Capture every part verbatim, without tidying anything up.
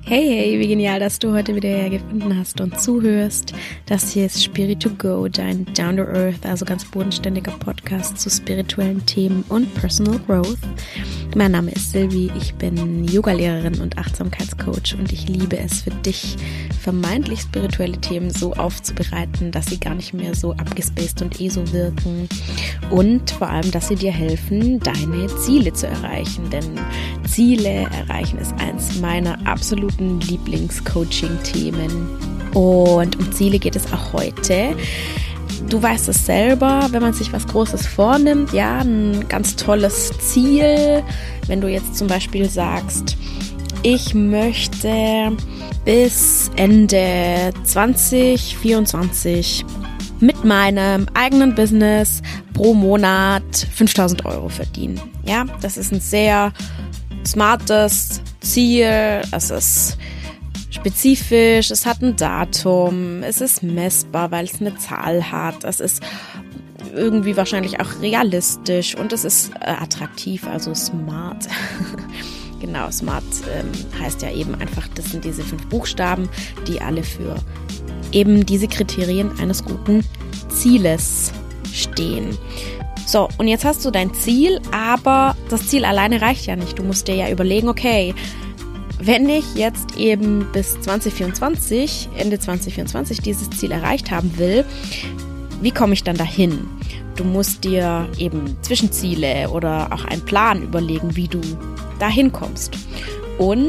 Hey, hey, wie genial, dass du heute wieder hergefunden hast und zuhörst. Das hier ist Spirit to Go, dein Down-to-Earth, also ganz bodenständiger Podcast zu spirituellen Themen und Personal Growth. Mein Name ist Silvi, ich bin Yogalehrerin und Achtsamkeitscoach und ich liebe es für dich, vermeintlich spirituelle Themen so aufzubereiten, dass sie gar nicht mehr so abgespaced und eh so wirken und vor allem, dass sie dir helfen, deine Ziele zu erreichen, denn Ziele erreichen ist eins meiner absoluten Lieblings-Coaching-Themen und um Ziele geht es auch heute. Du weißt es selber, wenn man sich was Großes vornimmt, ja, ein ganz tolles Ziel, wenn du jetzt zum Beispiel sagst, ich möchte bis Ende zwanzig vierundzwanzig mit meinem eigenen Business pro Monat fünftausend Euro verdienen. Ja, das ist ein sehr smartes Ziel, es ist spezifisch, es hat ein Datum, es ist messbar, weil es eine Zahl hat, es ist irgendwie wahrscheinlich auch realistisch und es ist äh, attraktiv, also smart. Genau, smart ähm, heißt ja eben einfach, das sind diese fünf Buchstaben, die alle für eben diese Kriterien eines guten Zieles stehen. So, und jetzt hast du dein Ziel, aber das Ziel alleine reicht ja nicht. Du musst dir ja überlegen, okay, wenn ich jetzt eben bis zwanzig vierundzwanzig, Ende zwanzig vierundzwanzig dieses Ziel erreicht haben will, wie komme ich dann dahin? Du musst dir eben Zwischenziele oder auch einen Plan überlegen, wie du dahin kommst. Und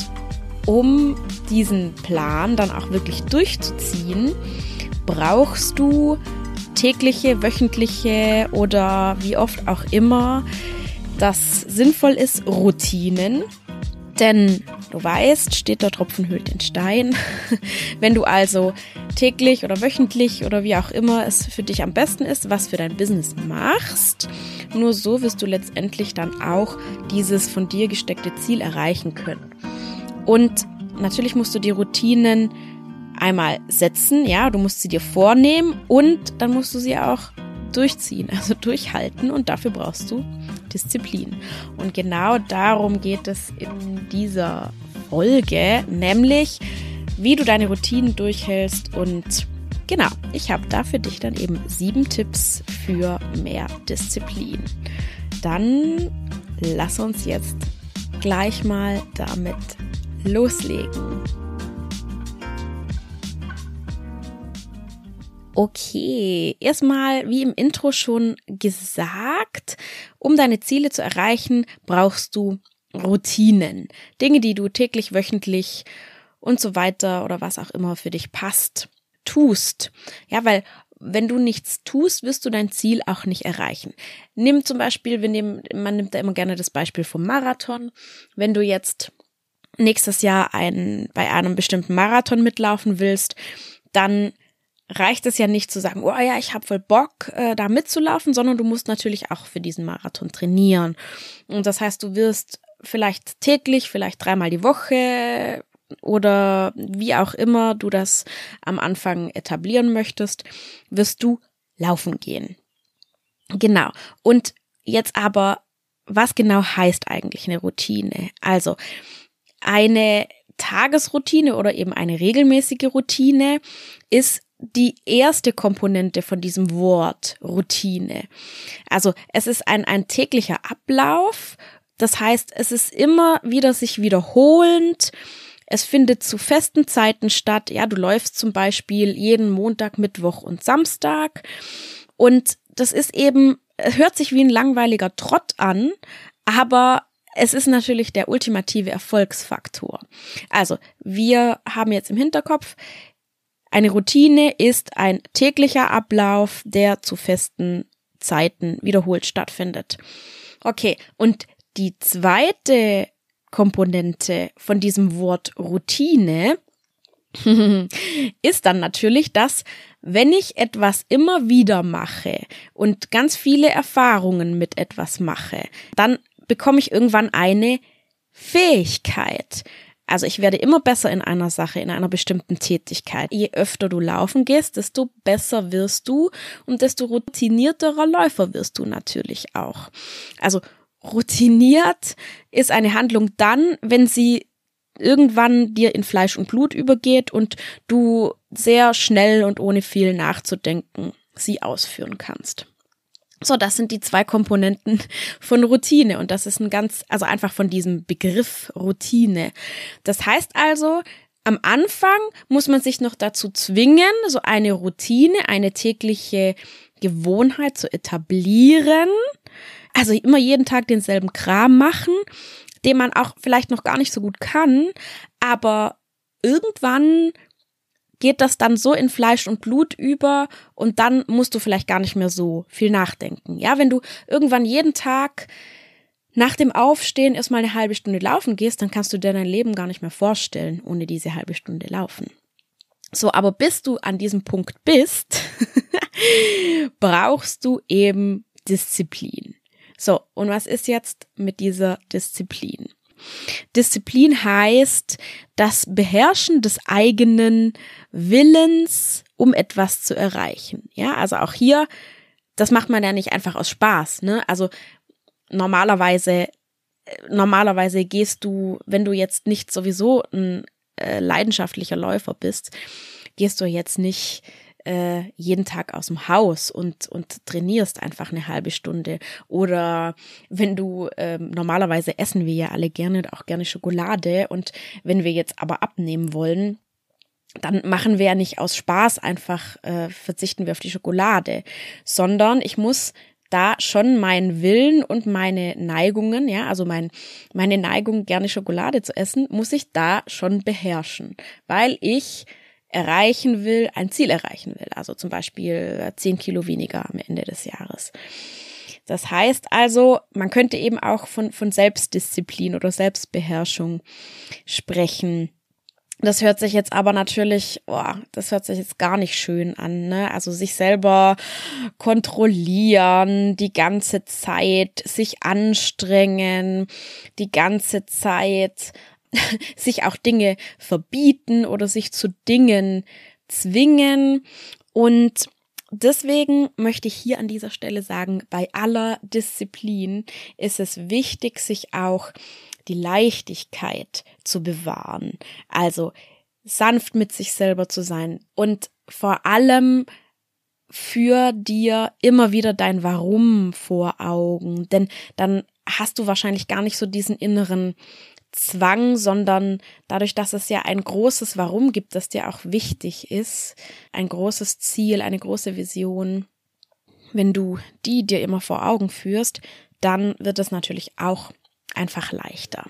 um diesen Plan dann auch wirklich durchzuziehen, brauchst du tägliche, wöchentliche oder wie oft auch immer das sinnvoll ist, Routinen. Denn du weißt, steht der Tropfen höhlt den Stein. Wenn du also täglich oder wöchentlich oder wie auch immer es für dich am besten ist, was für dein Business machst, nur so wirst du letztendlich dann auch dieses von dir gesteckte Ziel erreichen können. Und natürlich musst du die Routinen einmal setzen, ja, du musst sie dir vornehmen und dann musst du sie auch durchziehen, also durchhalten und dafür brauchst du Disziplin. Und genau darum geht es in dieser Folge, nämlich wie du deine Routinen durchhältst und genau, ich habe da für dich dann eben sieben Tipps für mehr Disziplin. Dann lass uns jetzt gleich mal damit loslegen. Okay, erstmal wie im Intro schon gesagt, um deine Ziele zu erreichen, brauchst du Routinen. Dinge, die du täglich, wöchentlich und so weiter oder was auch immer für dich passt, tust. Ja, weil wenn du nichts tust, wirst du dein Ziel auch nicht erreichen. Nimm zum Beispiel, wir nehmen, man nimmt da immer gerne das Beispiel vom Marathon. Wenn du jetzt nächstes Jahr ein, bei einem bestimmten Marathon mitlaufen willst, dann reicht es ja nicht zu sagen, oh ja, ich habe voll Bock, äh, da mitzulaufen, sondern du musst natürlich auch für diesen Marathon trainieren. Und das heißt, du wirst vielleicht täglich, vielleicht dreimal die Woche oder wie auch immer du das am Anfang etablieren möchtest, wirst du laufen gehen. Genau. Und jetzt aber, was genau heißt eigentlich eine Routine? Also eine Tagesroutine oder eben eine regelmäßige Routine ist die erste Komponente von diesem Wort Routine. Also es ist ein, ein täglicher Ablauf, das heißt, es ist immer wieder sich wiederholend, es findet zu festen Zeiten statt, ja, du läufst zum Beispiel jeden Montag, Mittwoch und Samstag und das ist eben, es hört sich wie ein langweiliger Trott an, aber es ist natürlich der ultimative Erfolgsfaktor. Also wir haben jetzt im Hinterkopf, eine Routine ist ein täglicher Ablauf, der zu festen Zeiten wiederholt stattfindet. Okay, und die zweite Komponente von diesem Wort Routine ist dann natürlich, dass wenn ich etwas immer wieder mache und ganz viele Erfahrungen mit etwas mache, dann bekomme ich irgendwann eine Fähigkeit. Also ich werde immer besser in einer Sache, in einer bestimmten Tätigkeit. Je öfter du laufen gehst, desto besser wirst du und desto routinierterer Läufer wirst du natürlich auch. Also routiniert ist eine Handlung dann, wenn sie irgendwann dir in Fleisch und Blut übergeht und du sehr schnell und ohne viel nachzudenken sie ausführen kannst. So, das sind die zwei Komponenten von Routine und das ist ein ganz, also einfach von diesem Begriff Routine. Das heißt also, am Anfang muss man sich noch dazu zwingen, so eine Routine, eine tägliche Gewohnheit zu etablieren. Also immer jeden Tag denselben Kram machen, den man auch vielleicht noch gar nicht so gut kann, aber irgendwann geht das dann so in Fleisch und Blut über und dann musst du vielleicht gar nicht mehr so viel nachdenken. Ja, wenn du irgendwann jeden Tag nach dem Aufstehen erstmal eine halbe Stunde laufen gehst, dann kannst du dir dein Leben gar nicht mehr vorstellen, ohne diese halbe Stunde laufen. So, aber bis du an diesem Punkt bist, brauchst du eben Disziplin. So, und was ist jetzt mit dieser Disziplin? Disziplin heißt das Beherrschen des eigenen Willens, um etwas zu erreichen. Ja, also auch hier, das macht man ja nicht einfach aus Spaß, ne? Also normalerweise, normalerweise gehst du, wenn du jetzt nicht sowieso ein äh, leidenschaftlicher Läufer bist, gehst du jetzt nicht äh, jeden Tag aus dem Haus und und trainierst einfach eine halbe Stunde. Oder wenn du, äh, normalerweise essen wir ja alle gerne, auch gerne Schokolade, und wenn wir jetzt aber abnehmen wollen, dann machen wir ja nicht aus Spaß einfach, äh, verzichten wir auf die Schokolade, sondern ich muss da schon meinen Willen und meine Neigungen, ja, also mein, meine Neigung, gerne Schokolade zu essen, muss ich da schon beherrschen, weil ich erreichen will, ein Ziel erreichen will, also zum Beispiel zehn Kilo weniger am Ende des Jahres. Das heißt also, man könnte eben auch von, von Selbstdisziplin oder Selbstbeherrschung sprechen. Das hört sich jetzt aber natürlich, oh, das hört sich jetzt gar nicht schön an, ne? Also sich selber kontrollieren, die ganze Zeit, sich anstrengen, die ganze Zeit, sich auch Dinge verbieten oder sich zu Dingen zwingen. Und deswegen möchte ich hier an dieser Stelle sagen, bei aller Disziplin ist es wichtig, sich auch die Leichtigkeit zu bewahren, also sanft mit sich selber zu sein und vor allem für dir immer wieder dein Warum vor Augen, denn dann hast du wahrscheinlich gar nicht so diesen inneren Zwang, sondern dadurch, dass es ja ein großes Warum gibt, das dir auch wichtig ist, ein großes Ziel, eine große Vision, wenn du die dir immer vor Augen führst, dann wird es natürlich auch einfach leichter.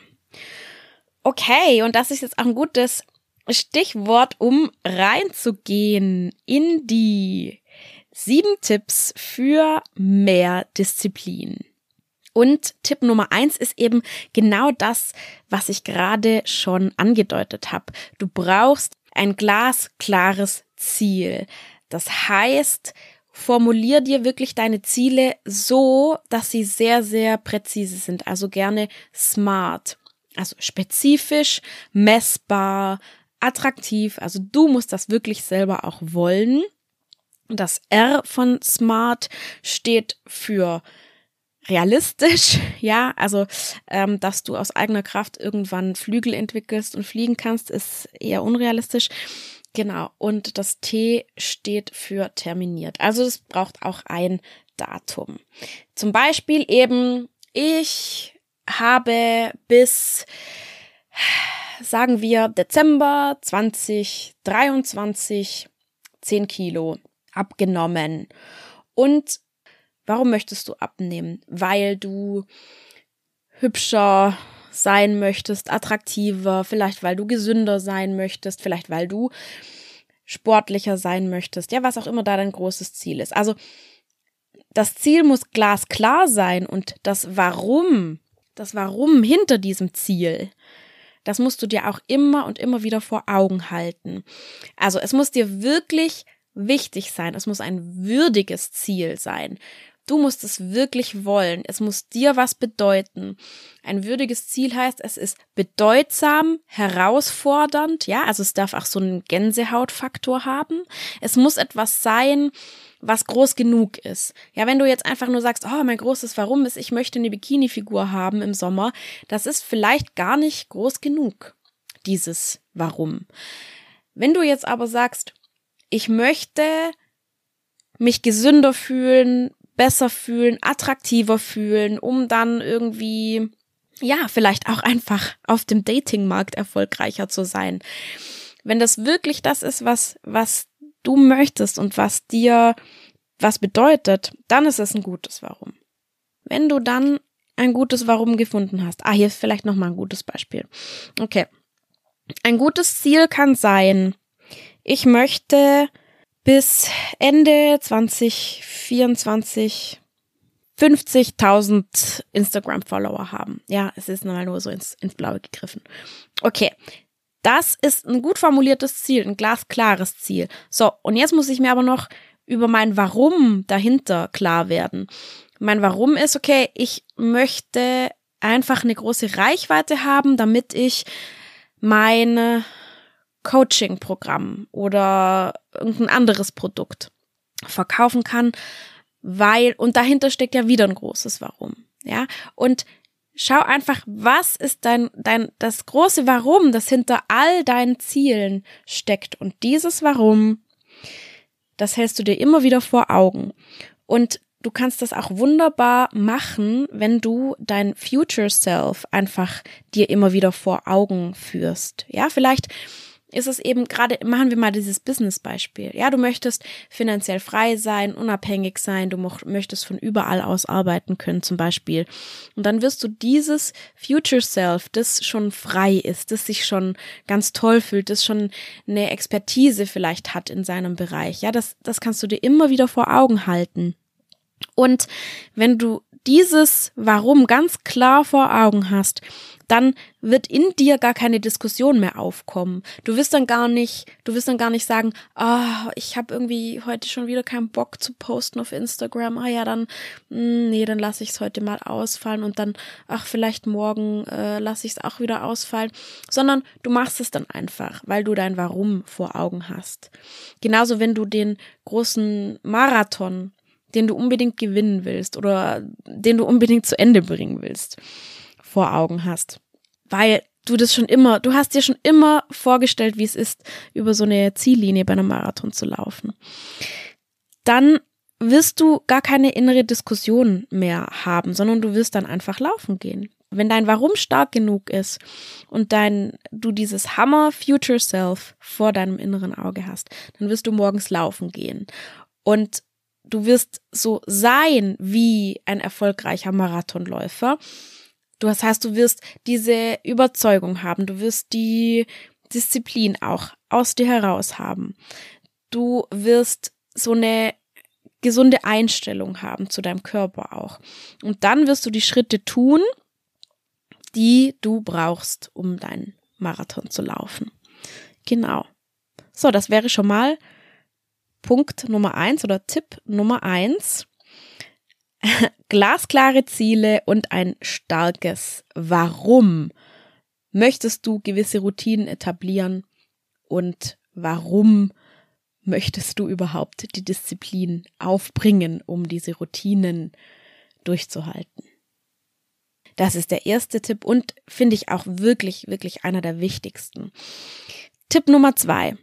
Okay, und das ist jetzt auch ein gutes Stichwort, um reinzugehen in die sieben Tipps für mehr Disziplin. Und Tipp Nummer eins ist eben genau das, was ich gerade schon angedeutet habe. Du brauchst ein glasklares Ziel. Das heißt, formulier dir wirklich deine Ziele so, dass sie sehr, sehr präzise sind. Also gerne smart, also spezifisch, messbar, attraktiv. Also du musst das wirklich selber auch wollen. Das R von smart steht für realistisch, ja, also ähm, dass du aus eigener Kraft irgendwann Flügel entwickelst und fliegen kannst, ist eher unrealistisch. Genau, und das T steht für terminiert. Also es braucht auch ein Datum. Zum Beispiel eben, ich habe bis, sagen wir, Dezember zwanzig dreiundzwanzig zehn Kilo abgenommen. Und warum möchtest du abnehmen? Weil du hübscher sein möchtest, attraktiver, vielleicht weil du gesünder sein möchtest, vielleicht weil du sportlicher sein möchtest, ja, was auch immer da dein großes Ziel ist. Also das Ziel muss glasklar sein und das Warum, das Warum hinter diesem Ziel, das musst du dir auch immer und immer wieder vor Augen halten. Also es muss dir wirklich wichtig sein, es muss ein würdiges Ziel sein. Du musst es wirklich wollen. Es muss dir was bedeuten. Ein würdiges Ziel heißt, es ist bedeutsam, herausfordernd, ja, also es darf auch so einen Gänsehautfaktor haben. Es muss etwas sein, was groß genug ist. Ja, wenn du jetzt einfach nur sagst, oh, mein großes Warum ist, ich möchte eine Bikini-Figur haben im Sommer, das ist vielleicht gar nicht groß genug. dieses Warum. Wenn du jetzt aber sagst, ich möchte mich gesünder fühlen, besser fühlen, attraktiver fühlen, um dann irgendwie, ja, vielleicht auch einfach auf dem Datingmarkt erfolgreicher zu sein. Wenn das wirklich das ist, was, was du möchtest und was dir was bedeutet, dann ist es ein gutes Warum. Wenn du dann ein gutes Warum gefunden hast, ah, hier ist vielleicht nochmal ein gutes Beispiel. Okay. Ein gutes Ziel kann sein, ich möchte bis Ende zwanzig vierundzwanzig fünfzigtausend Instagram-Follower haben. Ja, es ist mal nur so ins, ins Blaue gegriffen. Okay, das ist ein gut formuliertes Ziel, ein glasklares Ziel. So, und jetzt muss ich mir aber noch über mein Warum dahinter klar werden. Mein Warum ist, okay, ich möchte einfach eine große Reichweite haben, damit ich mein Coaching-Programm oder irgendein anderes Produkt verkaufen kann, weil, und dahinter steckt ja wieder ein großes Warum, ja, und schau einfach, was ist dein, dein, das große Warum, das hinter all deinen Zielen steckt, und dieses Warum, das hältst du dir immer wieder vor Augen, und du kannst das auch wunderbar machen, wenn du dein Future Self einfach dir immer wieder vor Augen führst. Ja, vielleicht ist es eben gerade, machen wir mal dieses Business-Beispiel. Ja, du möchtest finanziell frei sein, unabhängig sein, du mo- möchtest von überall aus arbeiten können zum Beispiel. Und dann wirst du dieses Future Self, das schon frei ist, das sich schon ganz toll fühlt, das schon eine Expertise vielleicht hat in seinem Bereich. Ja, das, das kannst du dir immer wieder vor Augen halten. Und wenn du dieses Warum ganz klar vor Augen hast, dann wird in dir gar keine Diskussion mehr aufkommen. Du wirst dann gar nicht, du wirst dann gar nicht sagen, ah, oh, ich habe irgendwie heute schon wieder keinen Bock zu posten auf Instagram. Ah ja, dann, mh, nee, dann lasse ich es heute mal ausfallen und dann, ach, vielleicht morgen äh, lasse ich es auch wieder ausfallen. Sondern du machst es dann einfach, weil du dein Warum vor Augen hast. Genauso, wenn du den großen Marathon, den du unbedingt gewinnen willst oder den du unbedingt zu Ende bringen willst, vor Augen hast. Weil du das schon immer, du hast dir schon immer vorgestellt, wie es ist, über so eine Ziellinie bei einem Marathon zu laufen. Dann wirst du gar keine innere Diskussion mehr haben, sondern du wirst dann einfach laufen gehen. Wenn dein Warum stark genug ist und dein, du dieses Hammer Future Self vor deinem inneren Auge hast, dann wirst du morgens laufen gehen. Und du wirst so sein wie ein erfolgreicher Marathonläufer. Du, das heißt, du wirst diese Überzeugung haben, du wirst die Disziplin auch aus dir heraus haben. Du wirst so eine gesunde Einstellung haben zu deinem Körper auch. Und dann wirst du die Schritte tun, die du brauchst, um deinen Marathon zu laufen. Genau. So, das wäre schon mal Punkt Nummer eins oder Tipp Nummer eins. Glasklare Ziele und ein starkes Warum möchtest du gewisse Routinen etablieren und warum möchtest du überhaupt die Disziplin aufbringen, um diese Routinen durchzuhalten. Das ist der erste Tipp und finde ich auch wirklich, wirklich einer der wichtigsten. Tipp Nummer zwei.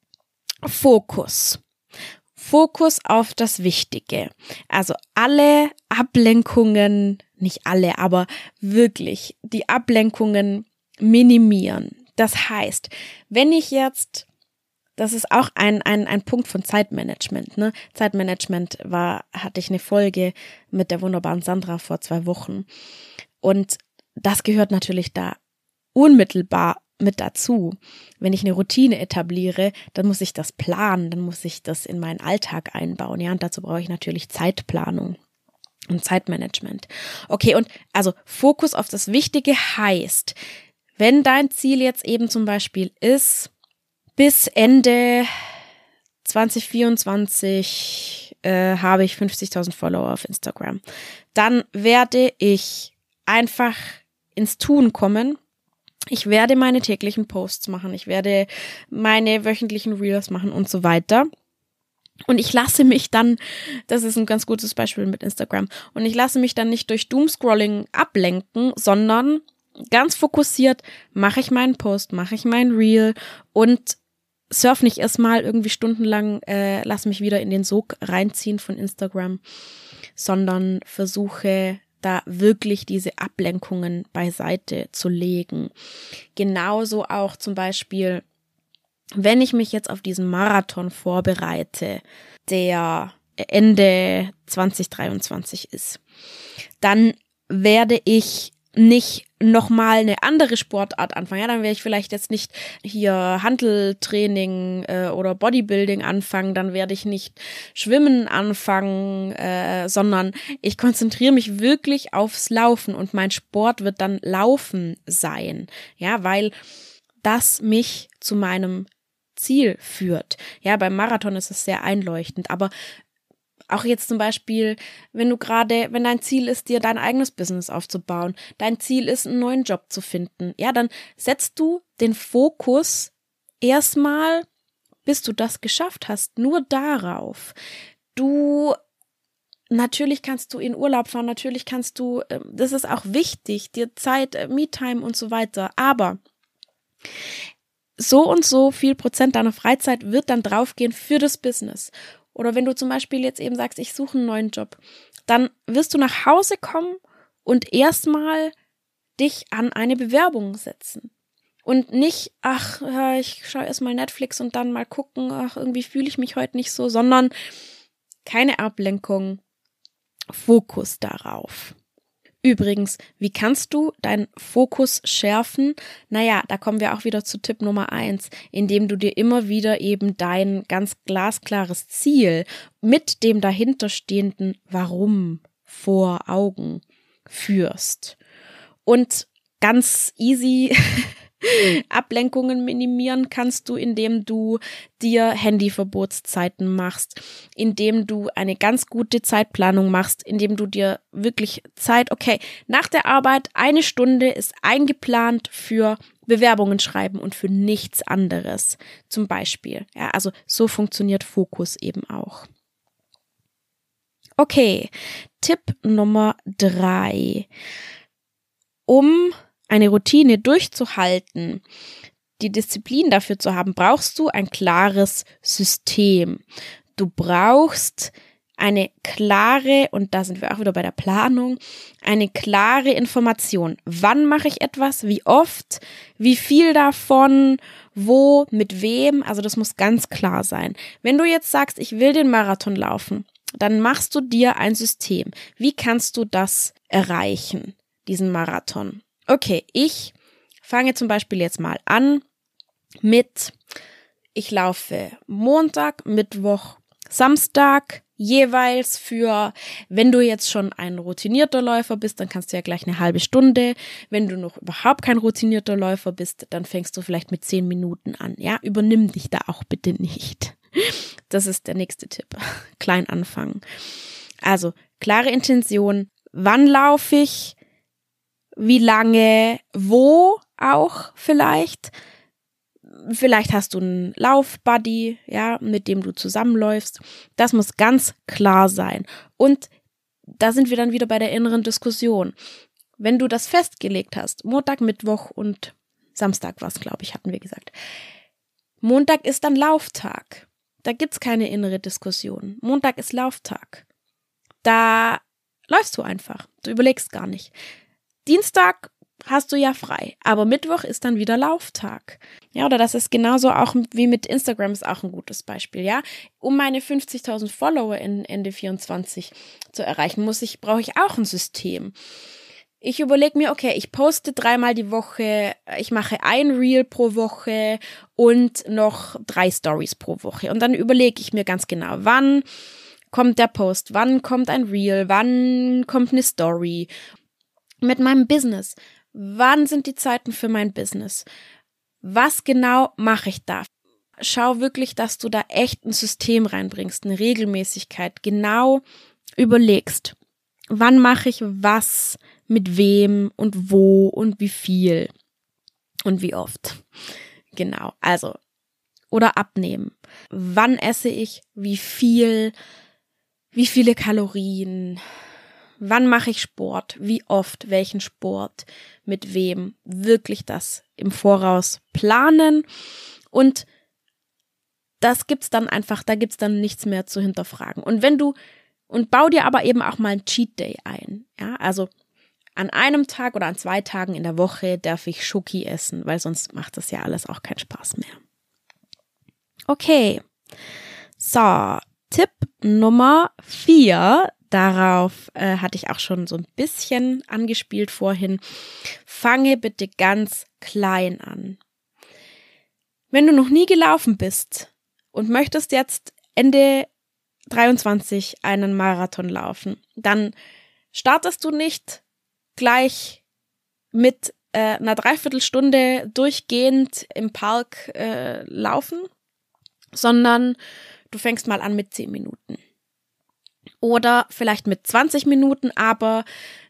Fokus. Fokus auf das Wichtige. Also alle Ablenkungen, nicht alle, aber wirklich die Ablenkungen minimieren. Das heißt, wenn ich jetzt, das ist auch ein, ein, ein Punkt von Zeitmanagement, ne? Zeitmanagement war, hatte ich eine Folge mit der wunderbaren Sandra vor zwei Wochen. Und das gehört natürlich da unmittelbar mit dazu. Wenn ich eine Routine etabliere, dann muss ich das planen, dann muss ich das in meinen Alltag einbauen. Ja, und dazu brauche ich natürlich Zeitplanung und Zeitmanagement. Okay, und also Fokus auf das Wichtige heißt, wenn dein Ziel jetzt eben zum Beispiel ist, bis Ende zwanzig vierundzwanzig äh, habe ich fünfzigtausend Follower auf Instagram, dann werde ich einfach ins Tun kommen. Ich werde meine täglichen Posts machen, ich werde meine wöchentlichen Reels machen und so weiter. Und ich lasse mich dann, das ist ein ganz gutes Beispiel mit Instagram, und ich lasse mich dann nicht durch Doomscrolling ablenken, sondern ganz fokussiert mache ich meinen Post, mache ich mein Reel und surf nicht erstmal irgendwie stundenlang, äh, lass mich wieder in den Sog reinziehen von Instagram, sondern versuche da wirklich diese Ablenkungen beiseite zu legen. Genauso auch zum Beispiel, wenn ich mich jetzt auf diesen Marathon vorbereite, der Ende zwanzig dreiundzwanzig ist, dann werde ich nicht nochmal eine andere Sportart anfangen. Ja, dann werde ich vielleicht jetzt nicht hier Hanteltraining äh, oder Bodybuilding anfangen, dann werde ich nicht Schwimmen anfangen, äh, sondern ich konzentriere mich wirklich aufs Laufen und mein Sport wird dann Laufen sein. Ja, weil das mich zu meinem Ziel führt. Ja, beim Marathon ist es sehr einleuchtend, aber auch jetzt zum Beispiel, wenn du gerade, wenn dein Ziel ist, dir dein eigenes Business aufzubauen, dein Ziel ist, einen neuen Job zu finden, ja, dann setzt du den Fokus erstmal, bis du das geschafft hast, nur darauf. Du, natürlich kannst du in Urlaub fahren, natürlich kannst du, das ist auch wichtig, dir Zeit, Me-Time und so weiter, aber so und so viel Prozent deiner Freizeit wird dann draufgehen für das Business. Oder wenn du zum Beispiel jetzt eben sagst, ich suche einen neuen Job, dann wirst du nach Hause kommen und erstmal dich an eine Bewerbung setzen. Und nicht, ach, ich schaue erstmal Netflix und dann mal gucken, ach, irgendwie fühle ich mich heute nicht so, sondern keine Ablenkung, Fokus darauf. Übrigens, wie kannst du deinen Fokus schärfen? Naja, da kommen wir auch wieder zu Tipp Nummer eins, indem du dir immer wieder eben dein ganz glasklares Ziel mit dem dahinterstehenden Warum vor Augen führst. Und ganz easy Ablenkungen minimieren kannst du, indem du dir Handyverbotszeiten machst, indem du eine ganz gute Zeitplanung machst, indem du dir wirklich Zeit, okay, nach der Arbeit eine Stunde ist eingeplant für Bewerbungen schreiben und für nichts anderes, zum Beispiel. Ja, also so funktioniert Fokus eben auch. Okay, Tipp Nummer drei. Um eine Routine durchzuhalten, die Disziplin dafür zu haben, brauchst du ein klares System. Du brauchst eine klare, und da sind wir auch wieder bei der Planung, eine klare Information. Wann mache ich etwas, wie oft, wie viel davon, wo, mit wem, also das muss ganz klar sein. Wenn du jetzt sagst, ich will den Marathon laufen, dann machst du dir ein System. Wie kannst du das erreichen, diesen Marathon? Okay, ich fange zum Beispiel jetzt mal an mit, ich laufe Montag, Mittwoch, Samstag jeweils für, wenn du jetzt schon ein routinierter Läufer bist, dann kannst du ja gleich eine halbe Stunde. Wenn du noch überhaupt kein routinierter Läufer bist, dann fängst du vielleicht mit zehn Minuten an. Ja, übernimm dich da auch bitte nicht. Das ist der nächste Tipp. Klein anfangen. Also, klare Intention. Wann laufe ich? Wie lange, wo auch vielleicht. Vielleicht hast du einen Laufbuddy, ja, mit dem du zusammenläufst. Das muss ganz klar sein. Und da sind wir dann wieder bei der inneren Diskussion. Wenn du das festgelegt hast, Montag, Mittwoch und Samstag war es, glaube ich, hatten wir gesagt. Montag ist dann Lauftag. Da gibt's keine innere Diskussion. Montag ist Lauftag. Da läufst du einfach. Du überlegst gar nicht. Dienstag hast du ja frei, aber Mittwoch ist dann wieder Lauftag. Ja, oder das ist genauso auch wie mit Instagram, ist auch ein gutes Beispiel, ja. Um meine fünfzigtausend Follower in Ende vierundzwanzig zu erreichen, muss ich, brauche ich auch ein System. Ich überlege mir, okay, ich poste dreimal die Woche, ich mache ein Reel pro Woche und noch drei Stories pro Woche. Und dann überlege ich mir ganz genau, wann kommt der Post, wann kommt ein Reel, wann kommt eine Story. Mit meinem Business. Wann sind die Zeiten für mein Business? Was genau mache ich da? Schau wirklich, dass du da echt ein System reinbringst, eine Regelmäßigkeit. Genau überlegst, wann mache ich was, mit wem und wo und wie viel und wie oft. Genau, also, oder abnehmen. Wann esse ich, wie viel, wie viele Kalorien, Wann mache ich Sport? Wie oft? Welchen Sport? Mit wem? Wirklich das im Voraus planen. Und das gibt's dann einfach, da gibt's dann nichts mehr zu hinterfragen. Und wenn du, und bau dir aber eben auch mal einen Cheat Day ein. Ja, also an einem Tag oder an zwei Tagen in der Woche darf ich Schoki essen, weil sonst macht das ja alles auch keinen Spaß mehr. Okay. So, Tipp Nummer vier. Darauf äh, hatte ich auch schon so ein bisschen angespielt vorhin. Fange bitte ganz klein an. Wenn du noch nie gelaufen bist und möchtest jetzt Ende dreiundzwanzig einen Marathon laufen, dann startest du nicht gleich mit äh, einer Dreiviertelstunde durchgehend im Park äh, laufen, sondern du fängst mal an mit zehn Minuten. Oder vielleicht mit zwanzig Minuten, aber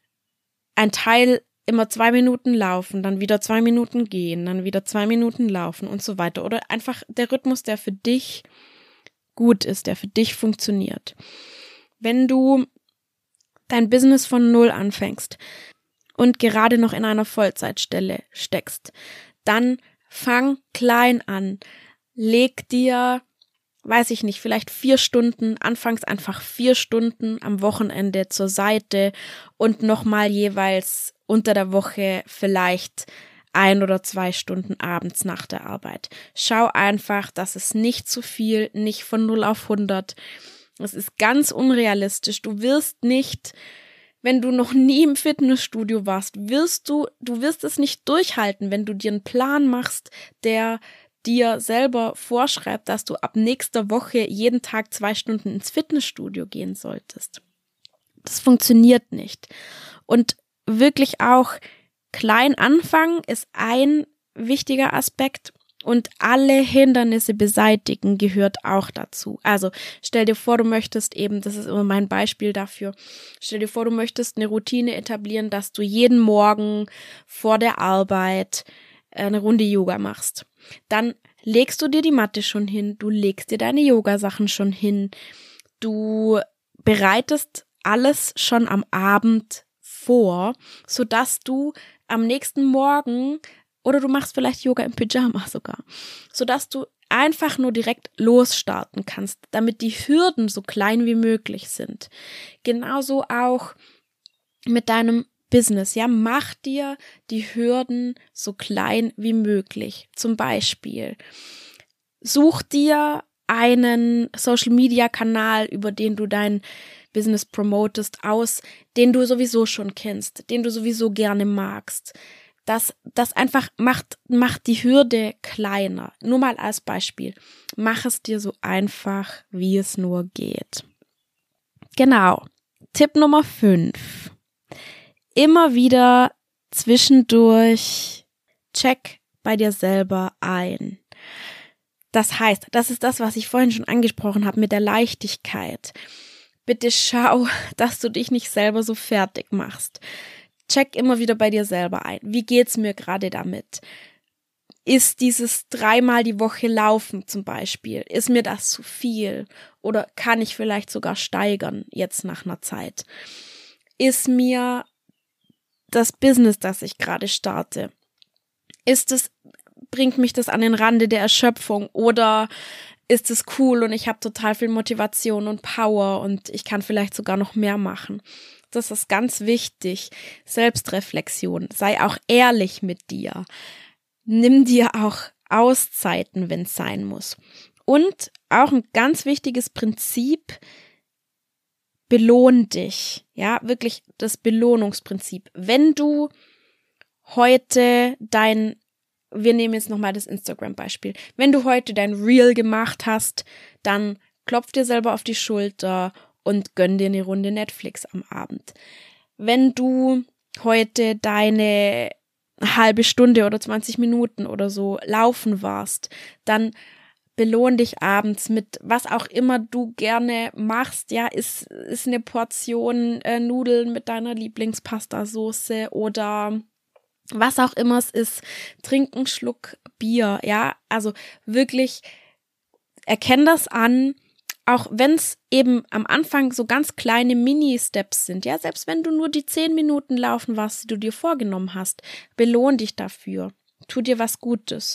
ein Teil immer zwei Minuten laufen, dann wieder zwei Minuten gehen, dann wieder zwei Minuten laufen und so weiter. Oder einfach der Rhythmus, der für dich gut ist, der für dich funktioniert. Wenn du dein Business von Null anfängst und gerade noch in einer Vollzeitstelle steckst, dann fang klein an. Leg dir, weiß ich nicht, vielleicht vier Stunden, anfangs einfach vier Stunden am Wochenende zur Seite und nochmal jeweils unter der Woche vielleicht ein oder zwei Stunden abends nach der Arbeit. Schau einfach, dass es nicht zu viel, nicht von null auf hundert. Es ist ganz unrealistisch. Du wirst nicht, wenn du noch nie im Fitnessstudio warst, wirst du, du wirst es nicht durchhalten, wenn du dir einen Plan machst, der dir selber vorschreibt, dass du ab nächster Woche jeden Tag zwei Stunden ins Fitnessstudio gehen solltest. Das funktioniert nicht. Und wirklich auch klein anfangen ist ein wichtiger Aspekt und alle Hindernisse beseitigen gehört auch dazu. Also stell dir vor, du möchtest eben, das ist immer mein Beispiel dafür, stell dir vor, du möchtest eine Routine etablieren, dass du jeden Morgen vor der Arbeit eine Runde Yoga machst. Dann legst du dir die Matte schon hin, du legst dir deine Yogasachen schon hin, du bereitest alles schon am Abend vor, sodass du am nächsten Morgen, oder du machst vielleicht Yoga im Pyjama sogar, sodass du einfach nur direkt losstarten kannst, damit die Hürden so klein wie möglich sind. Genauso auch mit deinem Business, ja, mach dir die Hürden so klein wie möglich. Zum Beispiel, such dir einen Social-Media-Kanal, über den du dein Business promotest, aus, den du sowieso schon kennst, den du sowieso gerne magst. Das, das einfach macht, macht die Hürde kleiner. Nur mal als Beispiel. Mach es dir so einfach, wie es nur geht. Genau. Tipp Nummer fünf. Immer wieder zwischendurch check bei dir selber ein. Das heißt, das ist das, was ich vorhin schon angesprochen habe mit der Leichtigkeit. Bitte schau, dass du dich nicht selber so fertig machst. Check immer wieder bei dir selber ein. Wie geht's mir gerade damit? Ist dieses dreimal die Woche Laufen zum Beispiel, ist mir das zu viel? Oder kann ich vielleicht sogar steigern jetzt nach einer Zeit? Ist mir das Business, das ich gerade starte, ist es, bringt mich das an den Rande der Erschöpfung oder ist es cool und ich habe total viel Motivation und Power und ich kann vielleicht sogar noch mehr machen. Das ist ganz wichtig. Selbstreflexion. Sei auch ehrlich mit dir. Nimm dir auch Auszeiten, wenn es sein muss. Und auch ein ganz wichtiges Prinzip, belohn dich. Ja, wirklich das Belohnungsprinzip. Wenn du heute dein, wir nehmen jetzt nochmal das Instagram-Beispiel, wenn du heute dein Reel gemacht hast, dann klopf dir selber auf die Schulter und gönn dir eine Runde Netflix am Abend. Wenn du heute deine halbe Stunde oder zwanzig Minuten oder so laufen warst, dann belohn dich abends mit was auch immer du gerne machst. Ja, ist, ist eine Portion äh, Nudeln mit deiner Lieblingspastasauce oder was auch immer es ist. Trink einen Schluck Bier. Ja, also wirklich erkenn das an, auch wenn es eben am Anfang so ganz kleine Mini-Steps sind, ja, selbst wenn du nur die zehn Minuten laufen warst, die du dir vorgenommen hast, belohn dich dafür, tu dir was Gutes.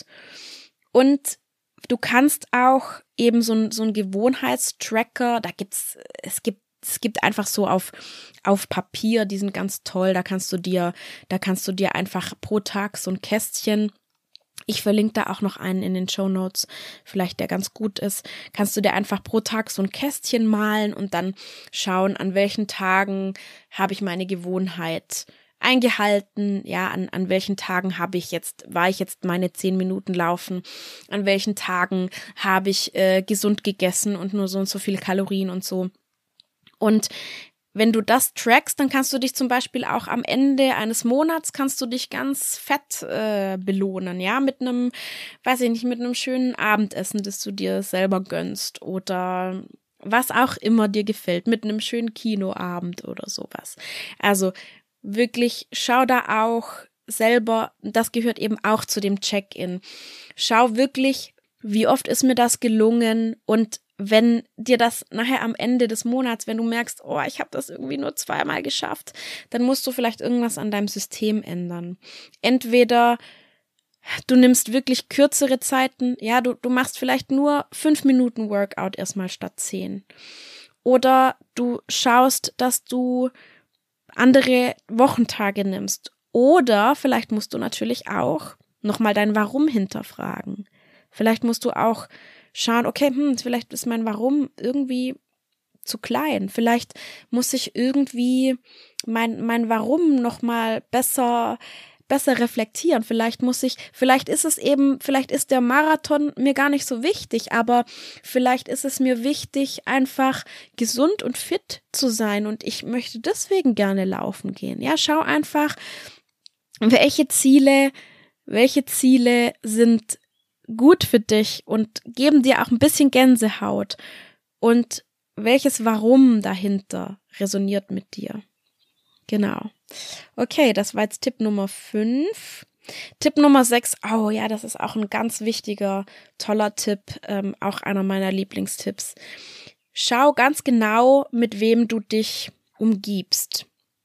Und du kannst auch eben so ein, so ein Gewohnheitstracker, da gibt's, es gibt Es gibt einfach so auf, auf Papier, die sind ganz toll, da kannst du dir, da kannst du dir einfach pro Tag so ein Kästchen, ich verlinke da auch noch einen in den Shownotes, vielleicht der ganz gut ist, kannst du dir einfach pro Tag so ein Kästchen malen und dann schauen, an welchen Tagen habe ich meine Gewohnheit eingehalten, ja, an, an welchen Tagen habe ich jetzt, war ich jetzt meine zehn Minuten laufen, an welchen Tagen habe ich äh, gesund gegessen und nur so und so viele Kalorien und so. Und wenn du das trackst, dann kannst du dich zum Beispiel auch am Ende eines Monats kannst du dich ganz fett äh, belohnen, ja, mit einem, weiß ich nicht, mit einem schönen Abendessen, das du dir selber gönnst oder was auch immer dir gefällt, mit einem schönen Kinoabend oder sowas. Also wirklich schau da auch selber, das gehört eben auch zu dem Check-in. Schau wirklich, wie oft ist mir das gelungen und wenn dir das nachher am Ende des Monats, wenn du merkst, oh, ich habe das irgendwie nur zweimal geschafft, dann musst du vielleicht irgendwas an deinem System ändern. Entweder du nimmst wirklich kürzere Zeiten, ja, du, du machst vielleicht nur fünf Minuten Workout erstmal statt zehn. Oder du schaust, dass du andere Wochentage nimmst. Oder vielleicht musst du natürlich auch nochmal dein Warum hinterfragen. Vielleicht musst du auch schauen, okay, hm, vielleicht ist mein Warum irgendwie zu klein. Vielleicht muss ich irgendwie mein, mein Warum nochmal besser, besser reflektieren. Vielleicht muss ich, vielleicht ist es eben, vielleicht ist der Marathon mir gar nicht so wichtig, aber vielleicht ist es mir wichtig, einfach gesund und fit zu sein und ich möchte deswegen gerne laufen gehen. Ja, schau einfach, welche Ziele, welche Ziele sind gut für dich und geben dir auch ein bisschen Gänsehaut und welches Warum dahinter resoniert mit dir. Genau. Okay, das war jetzt Tipp Nummer fünf. Tipp Nummer sechs, oh ja, das ist auch ein ganz wichtiger, toller Tipp, ähm, auch einer meiner Lieblingstipps. Schau ganz genau, mit wem du dich umgibst.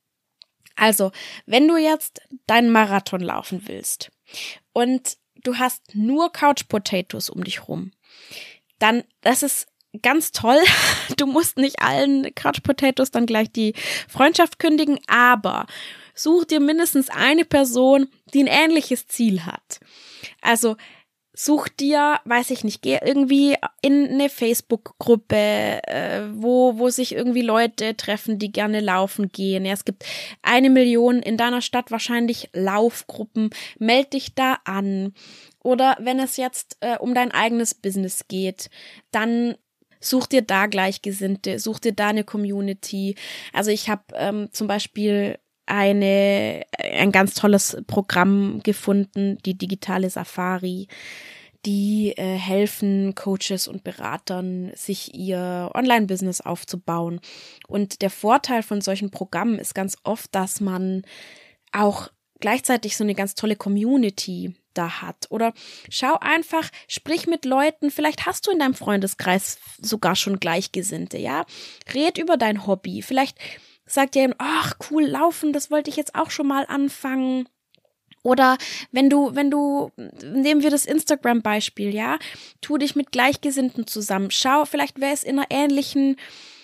Also, wenn du jetzt deinen Marathon laufen willst und du hast nur Couch Potatoes um dich rum, dann, das ist ganz toll. Du musst nicht allen Couch Potatoes dann gleich die Freundschaft kündigen, aber such dir mindestens eine Person, die ein ähnliches Ziel hat. Also such dir, weiß ich nicht, geh irgendwie in eine Facebook-Gruppe, äh, wo wo sich irgendwie Leute treffen, die gerne laufen gehen. Ja, es gibt eine Million in deiner Stadt wahrscheinlich Laufgruppen. Meld dich da an. Oder wenn es jetzt äh, um dein eigenes Business geht, dann such dir da Gleichgesinnte, such dir da eine Community. Also ich habe ähm, zum Beispiel eine ein ganz tolles Programm gefunden, die digitale Safari, die äh, helfen Coaches und Beratern, sich ihr Online-Business aufzubauen. Und der Vorteil von solchen Programmen ist ganz oft, dass man auch gleichzeitig so eine ganz tolle Community da hat. Oder schau einfach, sprich mit Leuten, vielleicht hast du in deinem Freundeskreis sogar schon Gleichgesinnte, ja? Red über dein Hobby, vielleicht sagt ihr, ach cool, laufen, das wollte ich jetzt auch schon mal anfangen. Oder wenn du, wenn du, nehmen wir das Instagram-Beispiel, ja, tu dich mit Gleichgesinnten zusammen. Schau, vielleicht wer ist in einer ähnlichen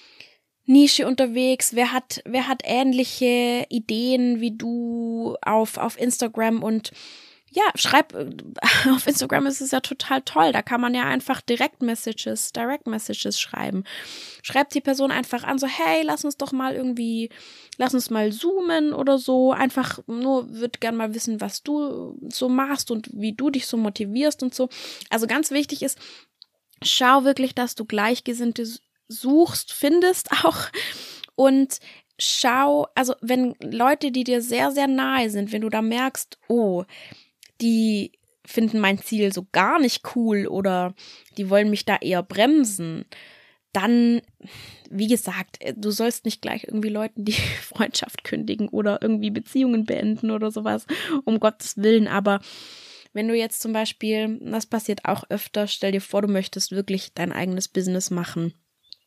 Nische unterwegs, wer hat, wer hat ähnliche Ideen wie du auf, auf Instagram und ja, schreib, auf Instagram ist es ja total toll, da kann man ja einfach Direct Messages, Direct Messages schreiben. Schreib die Person einfach an, so hey, lass uns doch mal irgendwie, lass uns mal zoomen oder so, einfach nur, würd gern mal wissen, was du so machst und wie du dich so motivierst und so. Also ganz wichtig ist, schau wirklich, dass du Gleichgesinnte suchst, findest auch und schau, also wenn Leute, die dir sehr, sehr nahe sind, wenn du da merkst, oh, die finden mein Ziel so gar nicht cool oder die wollen mich da eher bremsen, dann, wie gesagt, du sollst nicht gleich irgendwie Leuten die Freundschaft kündigen oder irgendwie Beziehungen beenden oder sowas, um Gottes Willen, aber wenn du jetzt zum Beispiel, das passiert auch öfter, stell dir vor, du möchtest wirklich dein eigenes Business machen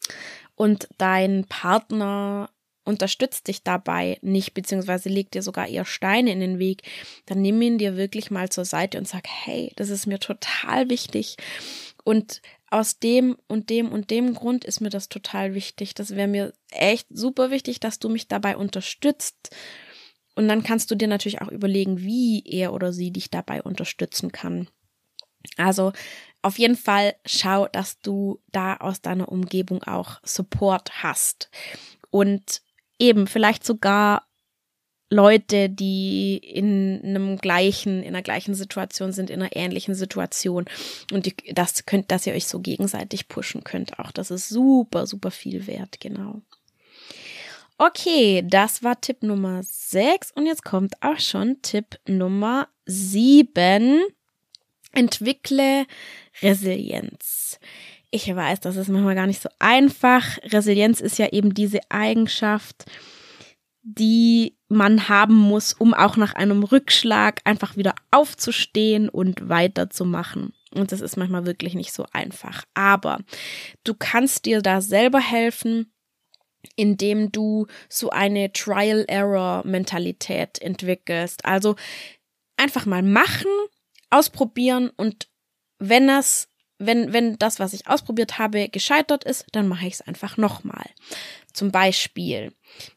und dein Partner unterstützt dich dabei nicht, beziehungsweise legt dir sogar eher Steine in den Weg, dann nimm ihn dir wirklich mal zur Seite und sag, hey, das ist mir total wichtig und aus dem und dem und dem Grund ist mir das total wichtig. Das wäre mir echt super wichtig, dass du mich dabei unterstützt. Und dann kannst du dir natürlich auch überlegen, wie er oder sie dich dabei unterstützen kann. Also auf jeden Fall schau, dass du da aus deiner Umgebung auch Support hast. Und eben vielleicht sogar Leute, die in einem gleichen, in einer gleichen Situation sind, in einer ähnlichen Situation und die, das könnt, dass ihr euch so gegenseitig pushen könnt auch. Das ist super, super viel wert, genau. Okay, das war Tipp Nummer sechs und jetzt kommt auch schon Tipp Nummer sieben. Entwickle Resilienz. Ich weiß, das ist manchmal gar nicht so einfach. Resilienz ist ja eben diese Eigenschaft, die man haben muss, um auch nach einem Rückschlag einfach wieder aufzustehen und weiterzumachen. Und das ist manchmal wirklich nicht so einfach. Aber du kannst dir da selber helfen, indem du so eine Trial-Error-Mentalität entwickelst. Also einfach mal machen, ausprobieren und wenn das Wenn, wenn das, was ich ausprobiert habe, gescheitert ist, dann mache ich es einfach nochmal. Zum Beispiel,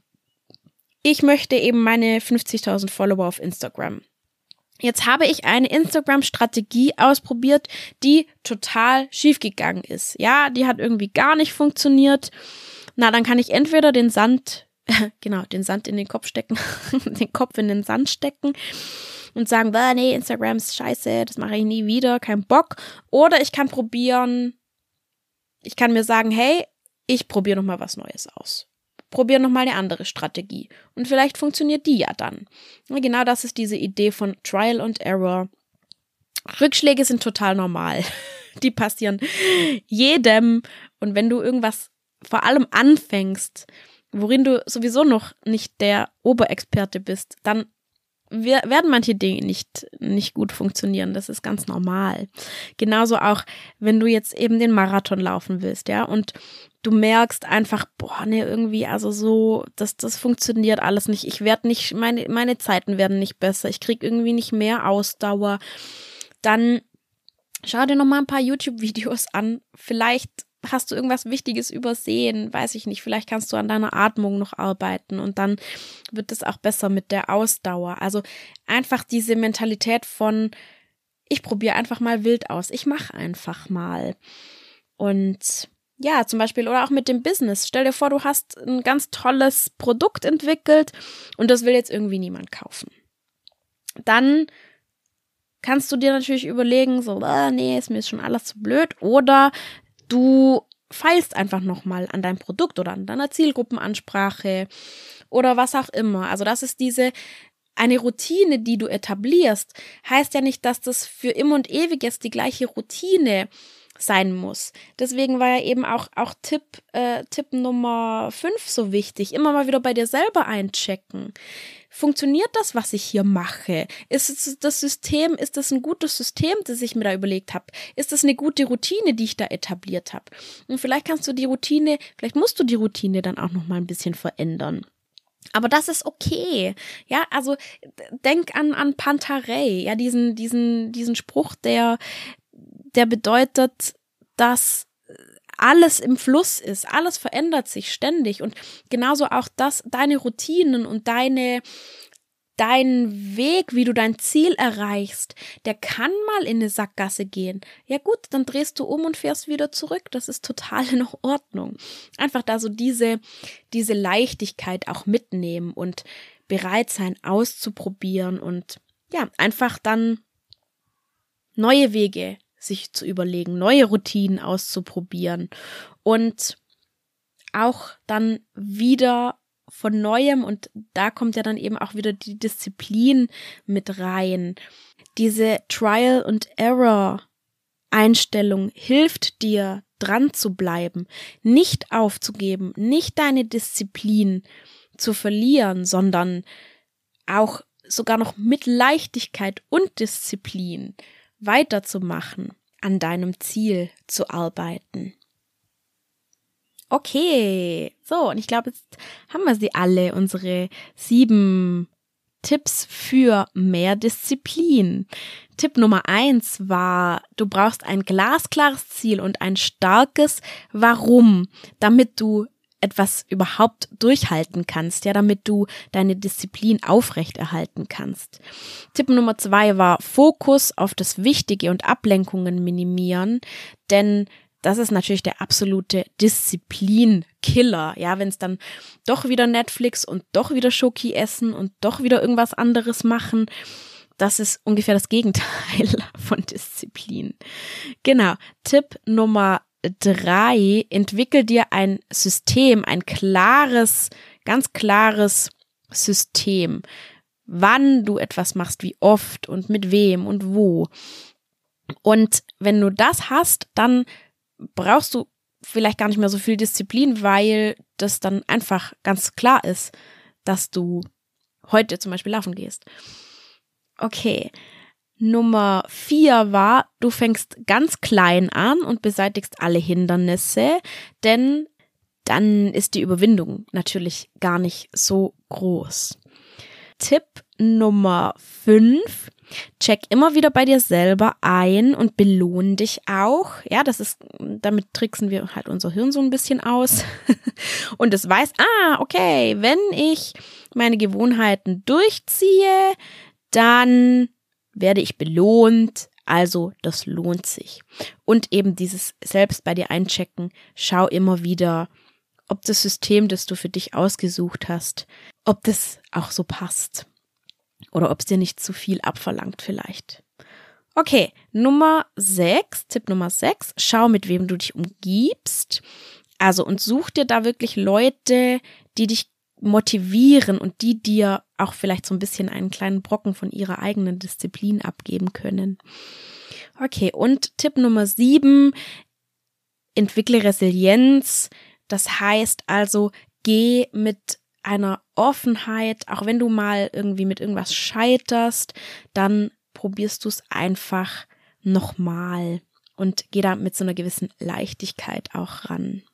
ich möchte eben meine fünfzigtausend Follower auf Instagram. Jetzt habe ich eine Instagram-Strategie ausprobiert, die total schiefgegangen ist. Ja, die hat irgendwie gar nicht funktioniert. Na, dann kann ich entweder den Sand, genau, den Sand in den Kopf stecken, den Kopf in den Sand stecken und sagen, nee, Instagram ist scheiße, das mache ich nie wieder, kein Bock. Oder ich kann probieren, ich kann mir sagen, hey, ich probiere nochmal was Neues aus. Probiere nochmal eine andere Strategie. Und vielleicht funktioniert die ja dann. Und genau das ist diese Idee von Trial and Error. Rückschläge sind total normal. Die passieren jedem. Und wenn du irgendwas vor allem anfängst, worin du sowieso noch nicht der Oberexperte bist, dann Wir, werden manche Dinge nicht, nicht gut funktionieren. Das ist ganz normal. Genauso auch, wenn du jetzt eben den Marathon laufen willst, ja, und du merkst einfach, boah, ne, irgendwie, also so, das, das funktioniert alles nicht. Ich werde nicht, meine, meine Zeiten werden nicht besser. Ich kriege irgendwie nicht mehr Ausdauer. Dann schau dir noch mal ein paar YouTube-Videos an. Vielleicht hast du irgendwas Wichtiges übersehen, weiß ich nicht, vielleicht kannst du an deiner Atmung noch arbeiten und dann wird es auch besser mit der Ausdauer. Also einfach diese Mentalität von, ich probiere einfach mal wild aus, ich mache einfach mal. Und ja, zum Beispiel, oder auch mit dem Business. Stell dir vor, du hast ein ganz tolles Produkt entwickelt und das will jetzt irgendwie niemand kaufen. Dann kannst du dir natürlich überlegen, so, ah, nee, ist mir jetzt schon alles zu blöd, oder du feilst einfach nochmal an deinem Produkt oder an deiner Zielgruppenansprache oder was auch immer. Also das ist diese, eine Routine, die du etablierst, heißt ja nicht, dass das für immer und ewig jetzt die gleiche Routine sein muss. Deswegen war ja eben auch, auch Tipp, äh, Tipp Nummer fünf so wichtig. Immer mal wieder bei dir selber einchecken. Funktioniert das, was ich hier mache? Ist es das System, ist das ein gutes System, das ich mir da überlegt habe? Ist das eine gute Routine, die ich da etabliert habe? Und vielleicht kannst du die Routine, vielleicht musst du die Routine dann auch noch mal ein bisschen verändern. Aber das ist okay. Ja, also denk an, an Pantarei, ja, diesen, diesen, diesen Spruch, der, der bedeutet, dass alles im Fluss ist, alles verändert sich ständig und genauso auch das, deine Routinen und deine, dein Weg, wie du dein Ziel erreichst, der kann mal in eine Sackgasse gehen. Ja gut, dann drehst du um und fährst wieder zurück, das ist total in Ordnung. Einfach da so diese, diese Leichtigkeit auch mitnehmen und bereit sein auszuprobieren und ja, einfach dann neue Wege sich zu überlegen, neue Routinen auszuprobieren und auch dann wieder von Neuem, und da kommt ja dann eben auch wieder die Disziplin mit rein. Diese Trial and Error Einstellung hilft dir, dran zu bleiben, nicht aufzugeben, nicht deine Disziplin zu verlieren, sondern auch sogar noch mit Leichtigkeit und Disziplin weiterzumachen, an deinem Ziel zu arbeiten. Okay, so, und ich glaube, jetzt haben wir sie alle, unsere sieben Tipps für mehr Disziplin. Tipp Nummer eins war, du brauchst ein glasklares Ziel und ein starkes Warum, damit du etwas überhaupt durchhalten kannst, ja, damit du deine Disziplin aufrechterhalten kannst. Tipp Nummer zwei war, Fokus auf das Wichtige und Ablenkungen minimieren, denn das ist natürlich der absolute Disziplin-Killer, ja, wenn es dann doch wieder Netflix und doch wieder Schoki essen und doch wieder irgendwas anderes machen, das ist ungefähr das Gegenteil von Disziplin. Genau, Tipp Nummer drei, entwickel dir ein System, ein klares, ganz klares System, wann du etwas machst, wie oft und mit wem und wo. Und wenn du das hast, dann brauchst du vielleicht gar nicht mehr so viel Disziplin, weil das dann einfach ganz klar ist, dass du heute zum Beispiel laufen gehst. Okay. Nummer vier war, du fängst ganz klein an und beseitigst alle Hindernisse, denn dann ist die Überwindung natürlich gar nicht so groß. Tipp Nummer fünf, check immer wieder bei dir selber ein und belohn dich auch. Ja, das ist, damit tricksen wir halt unser Hirn so ein bisschen aus und es weiß, ah, okay, wenn ich meine Gewohnheiten durchziehe, dann werde ich belohnt, also das lohnt sich. Und eben dieses selbst bei dir einchecken, schau immer wieder, ob das System, das du für dich ausgesucht hast, ob das auch so passt oder ob es dir nicht zu viel abverlangt vielleicht. Okay, Nummer sechs, Tipp Nummer sechs, schau, mit wem du dich umgibst. Also und such dir da wirklich Leute, die dich motivieren und die dir auch vielleicht so ein bisschen einen kleinen Brocken von ihrer eigenen Disziplin abgeben können. Okay, und Tipp Nummer sieben, entwickle Resilienz. Das heißt also, geh mit einer Offenheit, auch wenn du mal irgendwie mit irgendwas scheiterst, dann probierst du es einfach nochmal und geh da mit so einer gewissen Leichtigkeit auch ran.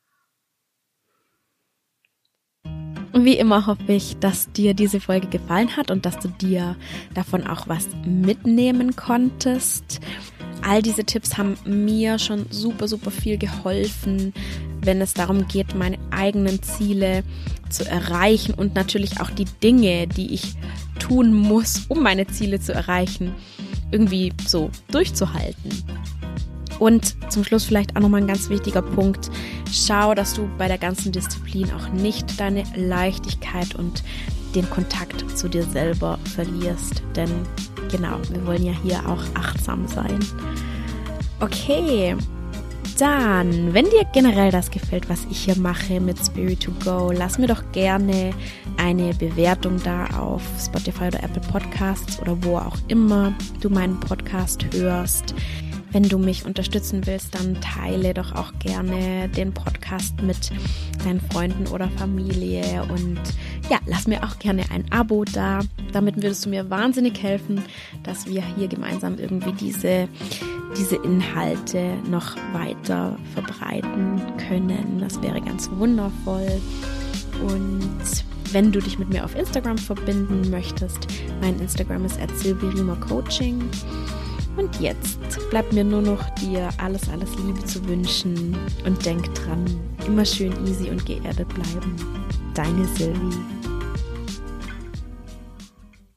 Wie immer hoffe ich, dass dir diese Folge gefallen hat und dass du dir davon auch was mitnehmen konntest. All diese Tipps haben mir schon super, super viel geholfen, wenn es darum geht, meine eigenen Ziele zu erreichen und natürlich auch die Dinge, die ich tun muss, um meine Ziele zu erreichen, irgendwie so durchzuhalten. Und zum Schluss vielleicht auch nochmal ein ganz wichtiger Punkt. Schau, dass du bei der ganzen Disziplin auch nicht deine Leichtigkeit und den Kontakt zu dir selber verlierst. Denn genau, wir wollen ja hier auch achtsam sein. Okay, dann, wenn dir generell das gefällt, was ich hier mache mit Spirit to Go, lass mir doch gerne eine Bewertung da auf Spotify oder Apple Podcasts oder wo auch immer du meinen Podcast hörst. Wenn du mich unterstützen willst, dann teile doch auch gerne den Podcast mit deinen Freunden oder Familie und ja, lass mir auch gerne ein Abo da. Damit würdest du mir wahnsinnig helfen, dass wir hier gemeinsam irgendwie diese, diese Inhalte noch weiter verbreiten können. Das wäre ganz wundervoll. Und wenn du dich mit mir auf Instagram verbinden möchtest, mein Instagram ist at silvirima coaching. Und jetzt bleibt mir nur noch dir alles, alles Liebe zu wünschen und denk dran, immer schön easy und geerdet bleiben. Deine Silvi.